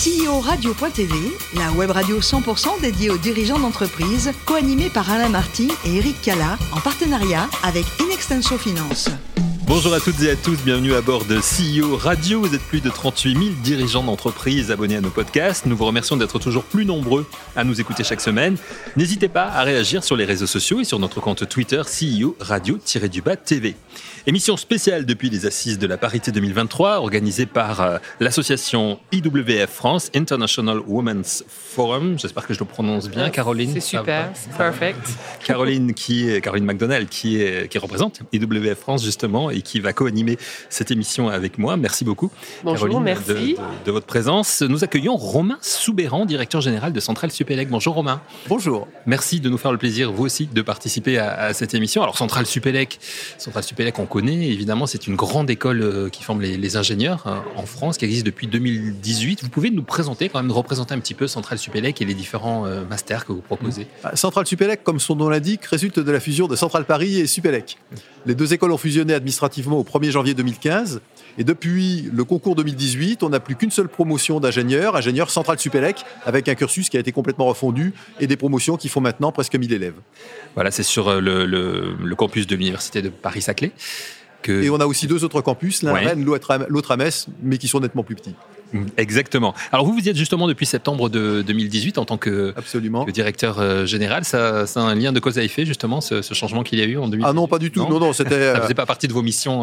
CEO Radio.tv, la web radio 100% dédiée aux dirigeants d'entreprise, co-animée par Alain Marty et Eric Cala, en partenariat avec Inextenso Finance. Bonjour à toutes et à tous, bienvenue à bord de CEO Radio. Vous êtes plus de 38 000 dirigeants d'entreprise abonnés à nos podcasts. Nous vous remercions d'être toujours plus nombreux à nous écouter chaque semaine. N'hésitez pas à réagir sur les réseaux sociaux et sur notre compte Twitter CEO Radio-TV. Émission spéciale depuis les Assises de la Parité 2023, organisée par l'association IWF France, International Women's Forum. J'espère que je le prononce bien, Caroline. C'est super, c'est perfect. Caroline McDonald, qui représente IWF France justement et qui va co-animer cette émission avec moi. Merci beaucoup, bonjour, Caroline, merci. de votre présence. Nous accueillons Romain Soubeyran, directeur général de Centrale Supélec. Bonjour Romain. Bonjour. Merci de nous faire le plaisir, vous aussi, de participer à cette émission. Alors Centrale Supélec, on connaît, évidemment, c'est une grande école qui forme les ingénieurs en France, qui existe depuis 2018. Vous pouvez nous représenter un petit peu Centrale Supélec et les différents masters que vous proposez. Centrale Supélec, comme son nom l'indique, résulte de la fusion de Centrale Paris et Supélec. Les deux écoles ont fusionné administrativement au 1er janvier 2015. Et depuis le concours 2018, on n'a plus qu'une seule promotion d'ingénieurs Centrale Supélec, avec un cursus qui a été complètement refondu et des promotions qui font maintenant presque 1000 élèves. Voilà, c'est sur le campus de l'Université de Paris-Saclay. Et on a aussi deux autres campus, l'un à Rennes, l'autre à Metz, mais qui sont nettement plus petits. Exactement. Alors vous y êtes justement depuis septembre de 2018 en tant que directeur général. Ça a un lien de cause à effet justement, ce changement qu'il y a eu en 2018? Ah non, pas du tout. Non, c'était. Ça faisait pas partie de vos missions.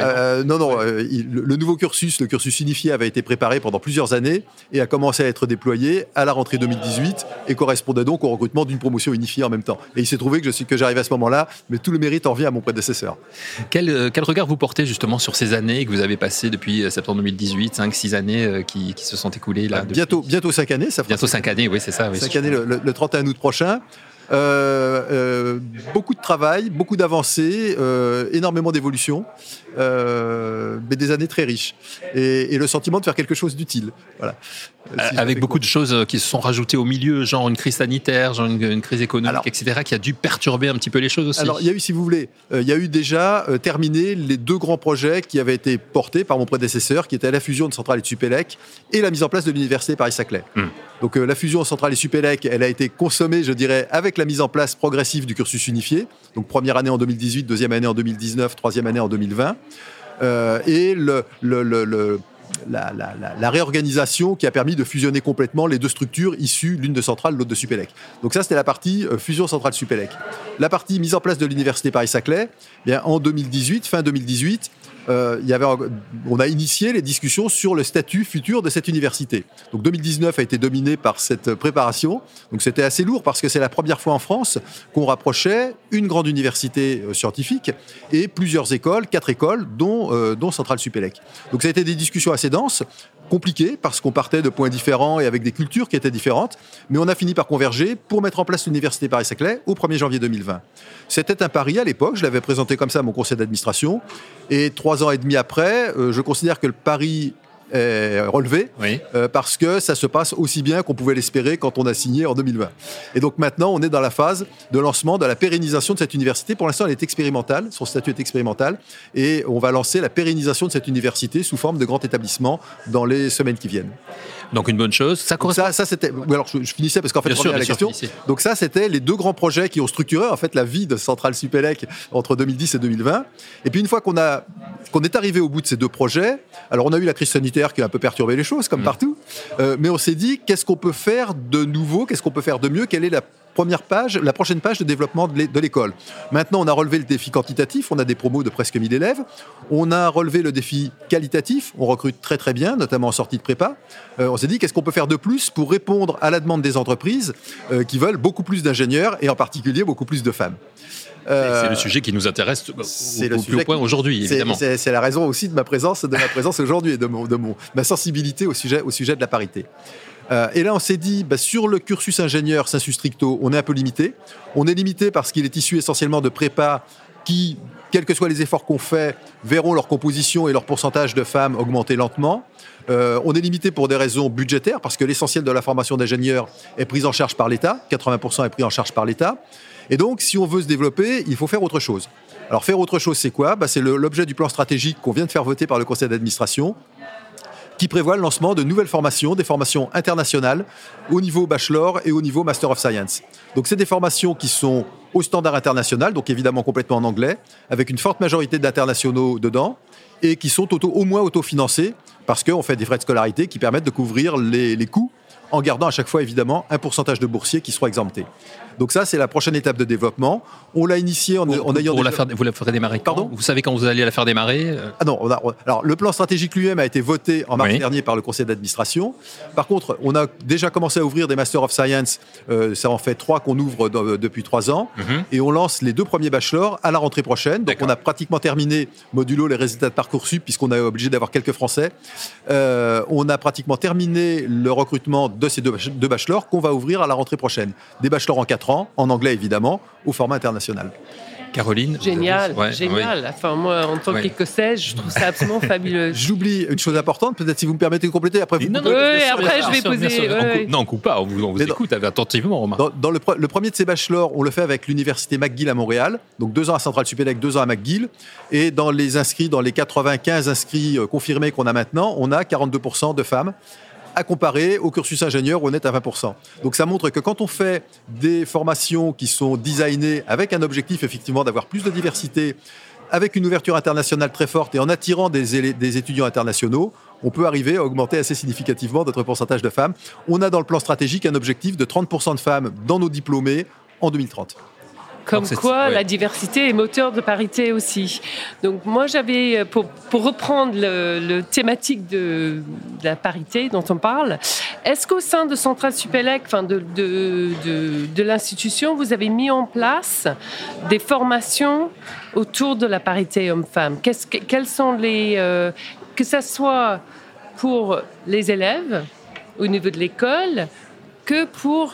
Le nouveau cursus, le cursus unifié, avait été préparé pendant plusieurs années et a commencé à être déployé à la rentrée 2018 et correspondait donc au recrutement d'une promotion unifiée en même temps. Et il s'est trouvé que j'arrive à ce moment-là, mais tout le mérite en revient à mon prédécesseur. Quel regard vous portez justement sur ces années que vous avez passées depuis septembre 2018, 5-6 années qui se sont écoulées là. Bientôt 5 années, ça fera. Bientôt 5 années, oui, c'est ça. Oui, 5 années le 31 août prochain. Beaucoup de travail, beaucoup d'avancées, énormément d'évolutions, mais des années très riches. Et le sentiment de faire quelque chose d'utile. Voilà. Avec beaucoup de choses qui se sont rajoutées au milieu, genre une crise sanitaire, genre une crise économique, etc., qui a dû perturber un petit peu les choses aussi. Alors, il y a eu, si vous voulez, déjà terminé les deux grands projets qui avaient été portés par mon prédécesseur, qui étaient la fusion de Centrale et de Supélec et la mise en place de l'Université Paris-Saclay. Donc, la fusion Centrale et Supélec, elle a été consommée, je dirais, avec la mise en place progressive du cursus unifié. Donc, première année en 2018, deuxième année en 2019, troisième année en 2020. Et la réorganisation qui a permis de fusionner complètement les deux structures issues, l'une de Centrale, l'autre de Supélec. Donc ça, c'était la partie fusion Centrale-Supélec. La partie mise en place de l'Université Paris-Saclay, en 2018, fin 2018, on a initié les discussions sur le statut futur de cette université. Donc 2019 a été dominé par cette préparation. Donc c'était assez lourd parce que c'est la première fois en France qu'on rapprochait une grande université scientifique et plusieurs écoles, 4 écoles, dont Centrale Supélec. Donc ça a été des discussions assez denses, compliquées parce qu'on partait de points différents et avec des cultures qui étaient différentes, mais on a fini par converger pour mettre en place l'Université Paris-Saclay au 1er janvier 2020. C'était un pari à l'époque, je l'avais présenté comme ça à mon conseil d'administration, et 3 ans et demi après, je considère que le pari est relevé, parce que ça se passe aussi bien qu'on pouvait l'espérer quand on a signé en 2020. Et donc maintenant, on est dans la phase de lancement, de la pérennisation de cette université. Pour l'instant, elle est expérimentale, son statut est expérimental, et on va lancer la pérennisation de cette université sous forme de grand établissement dans les semaines qui viennent. Donc une bonne chose. Ça correspond. Ça c'était. Alors je finissais parce qu'en fait, je reviens à la question. Donc ça, c'était les deux grands projets qui ont structuré en fait la vie de Centrale Supélec entre 2010 et 2020. Et puis une fois qu'on est arrivé au bout de ces deux projets, alors on a eu la crise sanitaire qui a un peu perturbé les choses comme partout, mais on s'est dit qu'est-ce qu'on peut faire de nouveau, qu'est-ce qu'on peut faire de mieux, quelle est la prochaine page de développement de l'école. Maintenant, on a relevé le défi quantitatif, on a des promos de presque 1000 élèves. On a relevé le défi qualitatif, on recrute très très bien, notamment en sortie de prépa. On s'est dit, qu'est-ce qu'on peut faire de plus pour répondre à la demande des entreprises qui veulent beaucoup plus d'ingénieurs et en particulier beaucoup plus de femmes. C'est le sujet qui nous intéresse au plus haut point aujourd'hui, évidemment. C'est la raison aussi de ma présence aujourd'hui et de ma sensibilité au sujet de la parité. Et là, on s'est dit, sur le cursus ingénieur sensu stricto, on est un peu limité. On est limité parce qu'il est issu essentiellement de prépa qui, quels que soient les efforts qu'on fait, verront leur composition et leur pourcentage de femmes augmenter lentement. On est limité pour des raisons budgétaires, parce que l'essentiel de la formation d'ingénieur est pris en charge par l'État. 80% est pris en charge par l'État. Et donc, si on veut se développer, il faut faire autre chose. Alors, faire autre chose, c'est quoi ? C'est l'objet du plan stratégique qu'on vient de faire voter par le conseil d'administration, qui prévoit le lancement de nouvelles formations, des formations internationales au niveau bachelor et au niveau Master of Science. Donc c'est des formations qui sont au standard international, donc évidemment complètement en anglais, avec une forte majorité d'internationaux dedans, et qui sont au moins autofinancés, parce qu'on fait des frais de scolarité qui permettent de couvrir les coûts, en gardant à chaque fois évidemment un pourcentage de boursiers qui seront exemptés. Donc ça, c'est la prochaine étape de développement. On l'a initié en ayant... Vous la ferez démarrer quand ? Pardon ? Vous savez quand vous allez la faire démarrer ? Ah non, alors le plan stratégique lui-même a été voté en mars dernier par le conseil d'administration. Par contre, on a déjà commencé à ouvrir des Master of Science. Ça en fait 3 qu'on ouvre depuis 3 ans. Et on lance les 2 premiers bachelors à la rentrée prochaine. Donc on a pratiquement terminé, modulo les résultats de Parcoursup, puisqu'on est obligé d'avoir quelques Français. On a pratiquement terminé le recrutement de ces 2 bachelors qu'on va ouvrir à la rentrée prochaine. Des bachelors en 4 ans, en anglais évidemment, au format international. Caroline ? Génial, génial. Oui. Enfin, moi, en tant qu'Écossaise, je trouve ça absolument fabuleux. J'oublie une chose importante, peut-être si vous me permettez de compléter, après vous... Après je vais poser... Non, on ne coupe pas, on vous écoute attentivement, Romain. Dans le premier de ces bachelors, on le fait avec l'université McGill à Montréal, donc 2 ans à Centrale Supélec, 2 ans à McGill, et dans les 95 inscrits confirmés qu'on a maintenant, on a 42% de femmes, à comparer au cursus ingénieur où on est à 20%. Donc ça montre que quand on fait des formations qui sont designées avec un objectif effectivement d'avoir plus de diversité, avec une ouverture internationale très forte et en attirant des étudiants internationaux, on peut arriver à augmenter assez significativement notre pourcentage de femmes. On a dans le plan stratégique un objectif de 30% de femmes dans nos diplômés en 2030. Comme quoi, la diversité est moteur de parité aussi. Donc moi, j'avais, pour reprendre le thématique de la parité dont on parle, est-ce qu'au sein de Centrale Supélec, de l'institution, vous avez mis en place des formations autour de la parité homme-femme ? Quelles sont les... que ça soit pour les élèves, au niveau de l'école, que pour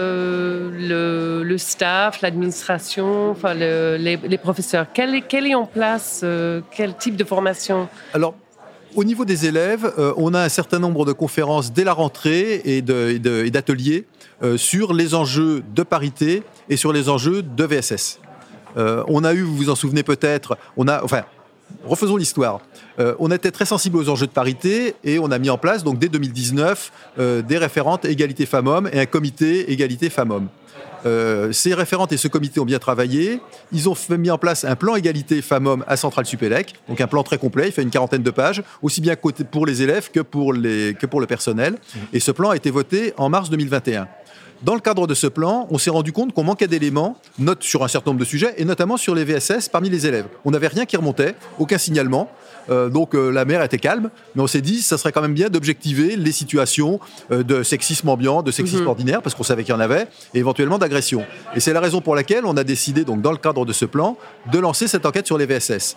le staff, l'administration, enfin les professeurs. Quel est en place, quel type de formation ? Alors, au niveau des élèves, on a un certain nombre de conférences dès la rentrée et d'ateliers sur les enjeux de parité et sur les enjeux de VSS. On a eu, vous vous en souvenez peut-être, refaisons l'histoire. On était très sensible aux enjeux de parité et on a mis en place, donc dès 2019, des référentes égalité femmes-hommes et un comité égalité femmes-hommes. Ces référentes et ce comité ont bien travaillé. Ils ont mis en place un plan égalité femmes-hommes à Centrale Supélec, donc un plan très complet, il fait une 40aine de pages, aussi bien pour les élèves que pour le personnel. Et ce plan a été voté en mars 2021. Dans le cadre de ce plan, on s'est rendu compte qu'on manquait d'éléments, sur un certain nombre de sujets, et notamment sur les VSS parmi les élèves. On n'avait rien qui remontait, aucun signalement. Donc la mer était calme, mais on s'est dit ça serait quand même bien d'objectiver les situations de sexisme ambiant, de sexisme ordinaire, parce qu'on savait qu'il y en avait, et éventuellement d'agression. Et c'est la raison pour laquelle on a décidé, donc dans le cadre de ce plan, de lancer cette enquête sur les VSS.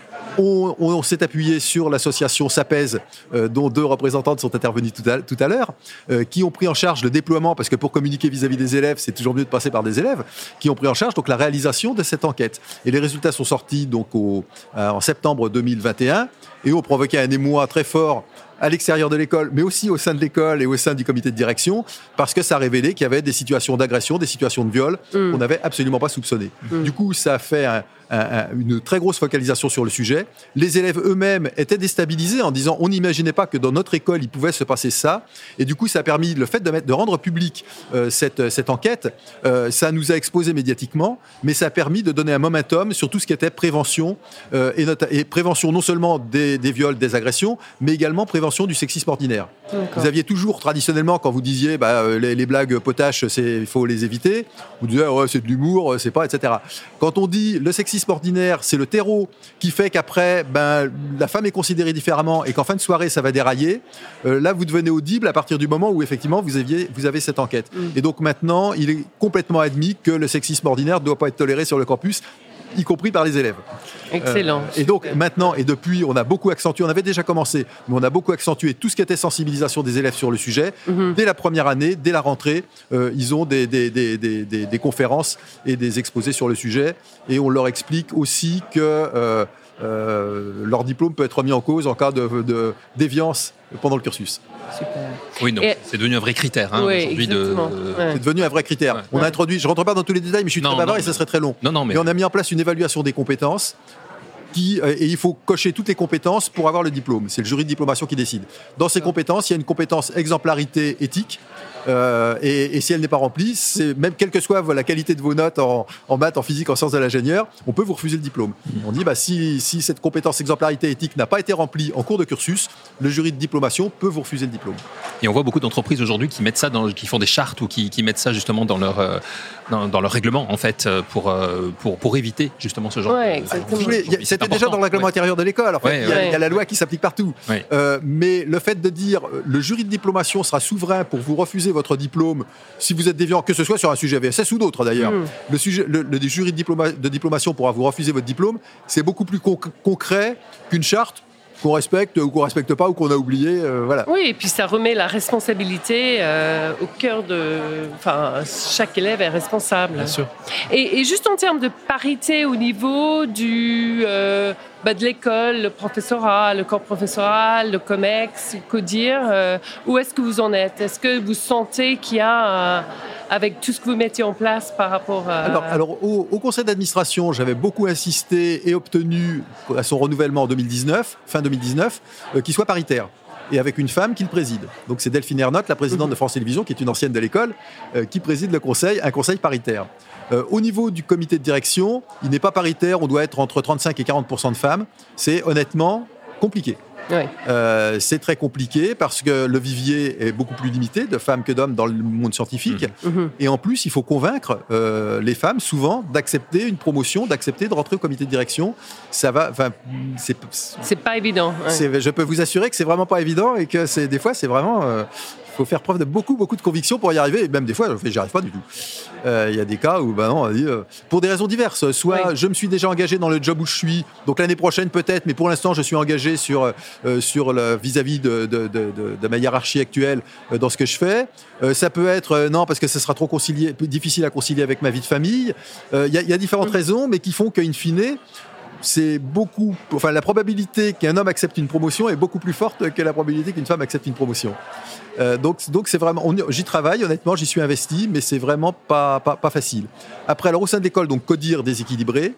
On s'est appuyé sur l'association SAPES, dont 2 représentantes sont intervenues tout à l'heure, qui ont pris en charge le déploiement, parce que pour communiquer vis-à-vis des élèves, c'est toujours mieux de passer par des élèves, qui ont pris en charge donc la réalisation de cette enquête. Et les résultats sont sortis donc en septembre 2021 et ont provoqué un émoi très fort à l'extérieur de l'école, mais aussi au sein de l'école et au sein du comité de direction, parce que ça a révélé qu'il y avait des situations d'agression, des situations de viol qu'on n'avait absolument pas soupçonnées. Du coup, ça a fait une très grosse focalisation sur le sujet. Les élèves eux-mêmes étaient déstabilisés en disant on n'imaginait pas que dans notre école, il pouvait se passer ça. Et du coup, ça a permis le fait de rendre public cette enquête. Ça nous a exposé médiatiquement, mais ça a permis de donner un momentum sur tout ce qui était prévention, et prévention non seulement des viols, des agressions, mais également prévention du sexisme ordinaire. D'accord. Vous aviez toujours, traditionnellement, quand vous disiez les blagues potaches, il faut les éviter, vous disiez c'est de l'humour, c'est pas, etc. Quand on dit le sexisme ordinaire, c'est le terreau qui fait qu'après, la femme est considérée différemment et qu'en fin de soirée, ça va dérailler, là, vous devenez audible à partir du moment où, effectivement, vous avez cette enquête. Et donc, maintenant, il est complètement admis que le sexisme ordinaire ne doit pas être toléré sur le campus, y compris par les élèves. Excellent. Et donc maintenant, et depuis, on a beaucoup accentué, on avait déjà commencé, mais on a beaucoup accentué tout ce qui était sensibilisation des élèves sur le sujet. Dès la première année, dès la rentrée, ils ont des conférences et des exposés sur le sujet. Et on leur explique aussi que leur diplôme peut être remis en cause en cas de déviance pendant le cursus. Super. Oui, donc c'est devenu un vrai critère aujourd'hui. C'est devenu un vrai critère. On a introduit, je ne rentre pas dans tous les détails, mais je suis très bavard et ça serait très long. Mais on a mis en place une évaluation des compétences et il faut cocher toutes les compétences pour avoir le diplôme. C'est le jury de diplomation qui décide. Dans ces compétences, il y a une compétence exemplarité éthique. Et si elle n'est pas remplie, c'est même quelle que soit la qualité de vos notes en maths, en physique, en sciences de l'ingénieur, on peut vous refuser le diplôme. On dit si cette compétence exemplarité éthique n'a pas été remplie en cours de cursus, le jury de diplomation peut vous refuser le diplôme. Et on voit beaucoup d'entreprises aujourd'hui qui mettent ça qui font des chartes ou qui mettent ça justement dans leur règlement en fait pour éviter justement ce genre. Ouais, de c'était déjà dans le règlement intérieur de l'école. En fait, il y a la loi qui s'applique partout. Ouais. Mais le fait de dire le jury de diplomation sera souverain pour vous refuser votre diplôme si vous êtes déviant, que ce soit sur un sujet VSS ou d'autres d'ailleurs. Le jury de diplomation pourra vous refuser votre diplôme. C'est beaucoup plus concret qu'une charte qu'on respecte ou qu'on respecte pas ou qu'on a oublié, voilà. Oui, et puis ça remet la responsabilité au cœur de... Enfin, chaque élève est responsable. Bien sûr. Et juste en termes de parité au niveau de l'école, le professorat, le corps professoral, le COMEX, CODIR, où est-ce que vous en êtes? Est-ce que vous sentez qu'il y a, avec tout ce que vous mettez en place par rapport à... Alors au conseil d'administration, j'avais beaucoup insisté et obtenu à son renouvellement en 2019, fin 2019, qu'il soit paritaire. Et avec une femme qui le préside. Donc c'est Delphine Ernotte, la présidente de France Télévisions, qui est une ancienne de l'école, qui préside le conseil, un conseil paritaire. Au niveau du comité de direction, il n'est pas paritaire, on doit être entre 35 et 40% de femmes. C'est honnêtement compliqué. Ouais. C'est très compliqué parce que le vivier est beaucoup plus limité de femmes que d'hommes dans le monde scientifique. Et en plus, il faut convaincre les femmes, souvent, d'accepter une promotion, d'accepter de rentrer au comité de direction. Ça va, c'est pas évident. Ouais. Je peux vous assurer que c'est vraiment pas évident et que des fois, c'est vraiment... Il faut faire preuve de beaucoup de conviction pour y arriver. Et même des fois, j'y arrive pas du tout. Il y a des cas où, non, on dit, pour des raisons diverses. Soit je me suis déjà engagé dans le job où je suis, donc l'année prochaine peut-être, mais pour l'instant, je suis engagé vis-à-vis de ma hiérarchie actuelle dans ce que je fais. Ça peut être non, parce que ce sera trop difficile à concilier avec ma vie de famille. Il y a différentes raisons, mais qui font qu'in fine, la probabilité qu'un homme accepte une promotion est beaucoup plus forte que la probabilité qu'une femme accepte une promotion. Donc c'est vraiment, j'y travaille, honnêtement, j'y suis investi, mais c'est vraiment pas facile. Après, alors au sein de l'école, donc CODIR déséquilibré.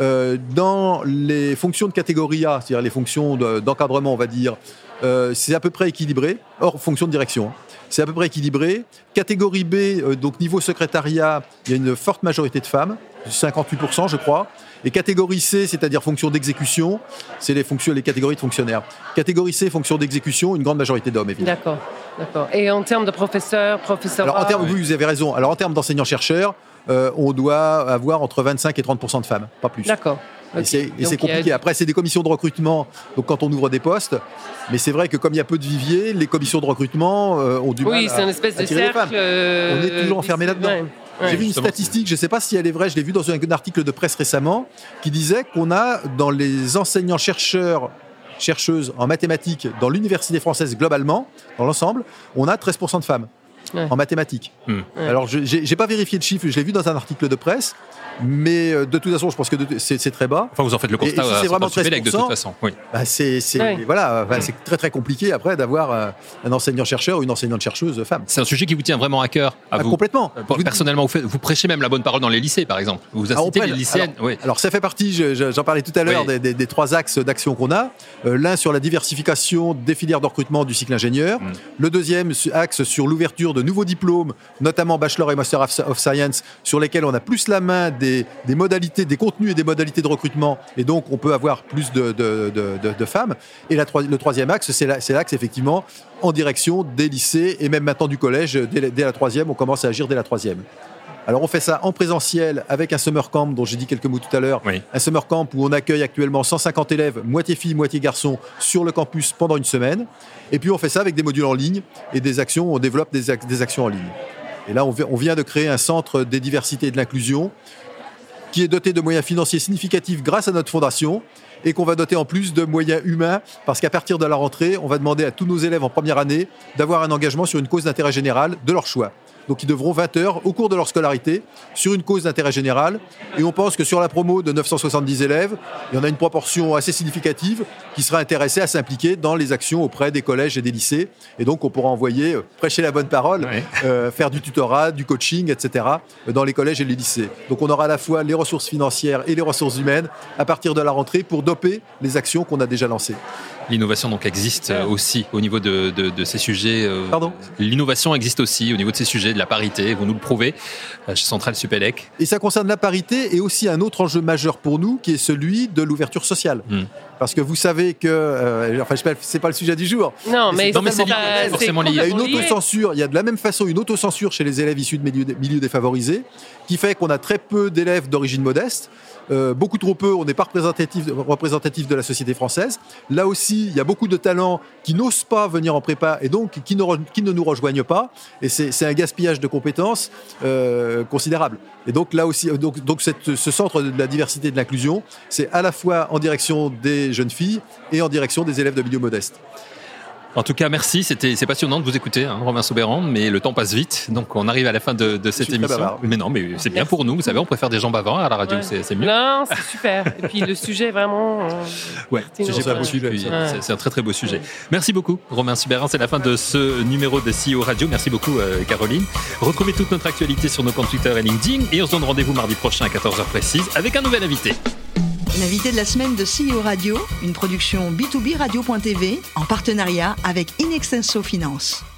Dans les fonctions de catégorie A, c'est-à-dire les fonctions d'encadrement, on va dire, c'est à peu près équilibré, hors fonction de direction. C'est à peu près équilibré. Catégorie B, donc niveau secrétariat, il y a une forte majorité de femmes, 58% je crois. Et catégorie C, c'est-à-dire fonction d'exécution, c'est les catégories de fonctionnaires. Catégorie C, fonction d'exécution, une grande majorité d'hommes, évidemment. D'accord. Et en termes de professeurs, alors, oui, vous avez raison. Alors en termes d'enseignants-chercheurs, on doit avoir entre 25 et 30% de femmes, pas plus. D'accord. Okay. Et c'est compliqué. Après, c'est des commissions de recrutement, donc quand on ouvre des postes, mais c'est vrai que comme il y a peu de viviers, les commissions de recrutement ont du mal à attirer les femmes. Oui, c'est une espèce de cercle. On est toujours enfermé là-dedans. Ouais, j'ai vu une statistique, je ne sais pas si elle est vraie, je l'ai vue dans un article de presse récemment, qui disait qu'on a dans les enseignants chercheuses en mathématiques dans l'université française globalement, dans l'ensemble, on a 13% de femmes en mathématiques. Alors, je n'ai pas vérifié le chiffre, je l'ai vu dans un article de presse, mais de toute façon, je pense que c'est très bas. Enfin, vous en faites le constat si c'est vraiment Supélec, de toute façon. Oui. C'est très très compliqué après d'avoir un enseignant-chercheur ou une enseignante-chercheuse femme. C'est un sujet qui vous tient vraiment à cœur, à vous. Complètement. Personnellement, vous prêchez même la bonne parole dans les lycées, par exemple. Vous incitez les lycéennes. Alors, ça fait partie, j'en parlais tout à l'heure, des 3 axes d'action qu'on a. L'un sur la diversification des filières de recrutement du cycle ingénieur. Le deuxième axe sur l'ouverture de nouveaux diplômes, notamment Bachelor et Master of Science, sur lesquels on a plus la main des modalités, des contenus et des modalités de recrutement, et donc on peut avoir plus de femmes. Et le troisième axe, c'est l'axe effectivement en direction des lycées et même maintenant du collège. Dès la troisième, on commence à agir dès la troisième. Alors on fait ça en présentiel avec un summer camp dont j'ai dit quelques mots tout à l'heure. Oui. Un summer camp où on accueille actuellement 150 élèves, moitié filles, moitié garçons, sur le campus pendant une semaine. Et puis on fait ça avec des modules en ligne et des actions, on développe des actions en ligne. Et là, on vient de créer un centre des diversités et de l'inclusion qui est doté de moyens financiers significatifs grâce à notre fondation et qu'on va doter en plus de moyens humains parce qu'à partir de la rentrée, on va demander à tous nos élèves en première année d'avoir un engagement sur une cause d'intérêt général de leur choix. Donc ils devront 20 heures au cours de leur scolarité sur une cause d'intérêt général. Et on pense que sur la promo de 970 élèves, il y en a une proportion assez significative qui sera intéressée à s'impliquer dans les actions auprès des collèges et des lycées. Et donc on pourra envoyer prêcher la bonne parole, faire du tutorat, du coaching, etc. dans les collèges et les lycées. Donc on aura à la fois les ressources financières et les ressources humaines à partir de la rentrée pour doper les actions qu'on a déjà lancées. L'innovation donc existe aussi au niveau de ces sujets. Pardon ? L'innovation existe aussi au niveau de ces sujets, de la parité. Vous nous le prouvez chez Centrale Supélec. Et ça concerne la parité et aussi un autre enjeu majeur pour nous qui est celui de l'ouverture sociale. Parce que vous savez que, c'est pas le sujet du jour. Non, mais c'est forcément lié. Il y a une autocensure. Il y a de la même façon une autocensure chez les élèves issus de milieux défavorisés, qui fait qu'on a très peu d'élèves d'origine modeste. Beaucoup trop peu, on n'est pas représentatif de la société française. Là aussi, il y a beaucoup de talents qui n'osent pas venir en prépa et donc qui ne nous rejoignent pas. Et c'est un gaspillage de compétences considérable. Et donc là aussi, ce centre de la diversité et de l'inclusion, c'est à la fois en direction des jeunes filles et en direction des élèves de milieux modestes. En tout cas, merci. C'est passionnant de vous écouter, Romain Saubeyran, mais le temps passe vite, donc on arrive à la fin de cette émission. Bavard, oui. Mais non, mais c'est bien pour nous. Vous savez, on préfère des gens bavards à la radio, c'est mieux. Non, c'est super. Et puis le sujet vraiment. C'est un très très beau sujet. Merci beaucoup, Romain Saubeyran. C'est la fin de ce numéro de CEO Radio. Merci beaucoup, Caroline. Retrouvez toute notre actualité sur nos comptes Twitter et LinkedIn, et on se donne rendez-vous mardi prochain à 14h précise avec un nouvel invité. L'invité de la semaine de CEO Radio, une production B2B Radio.tv en partenariat avec Inextenso Finance.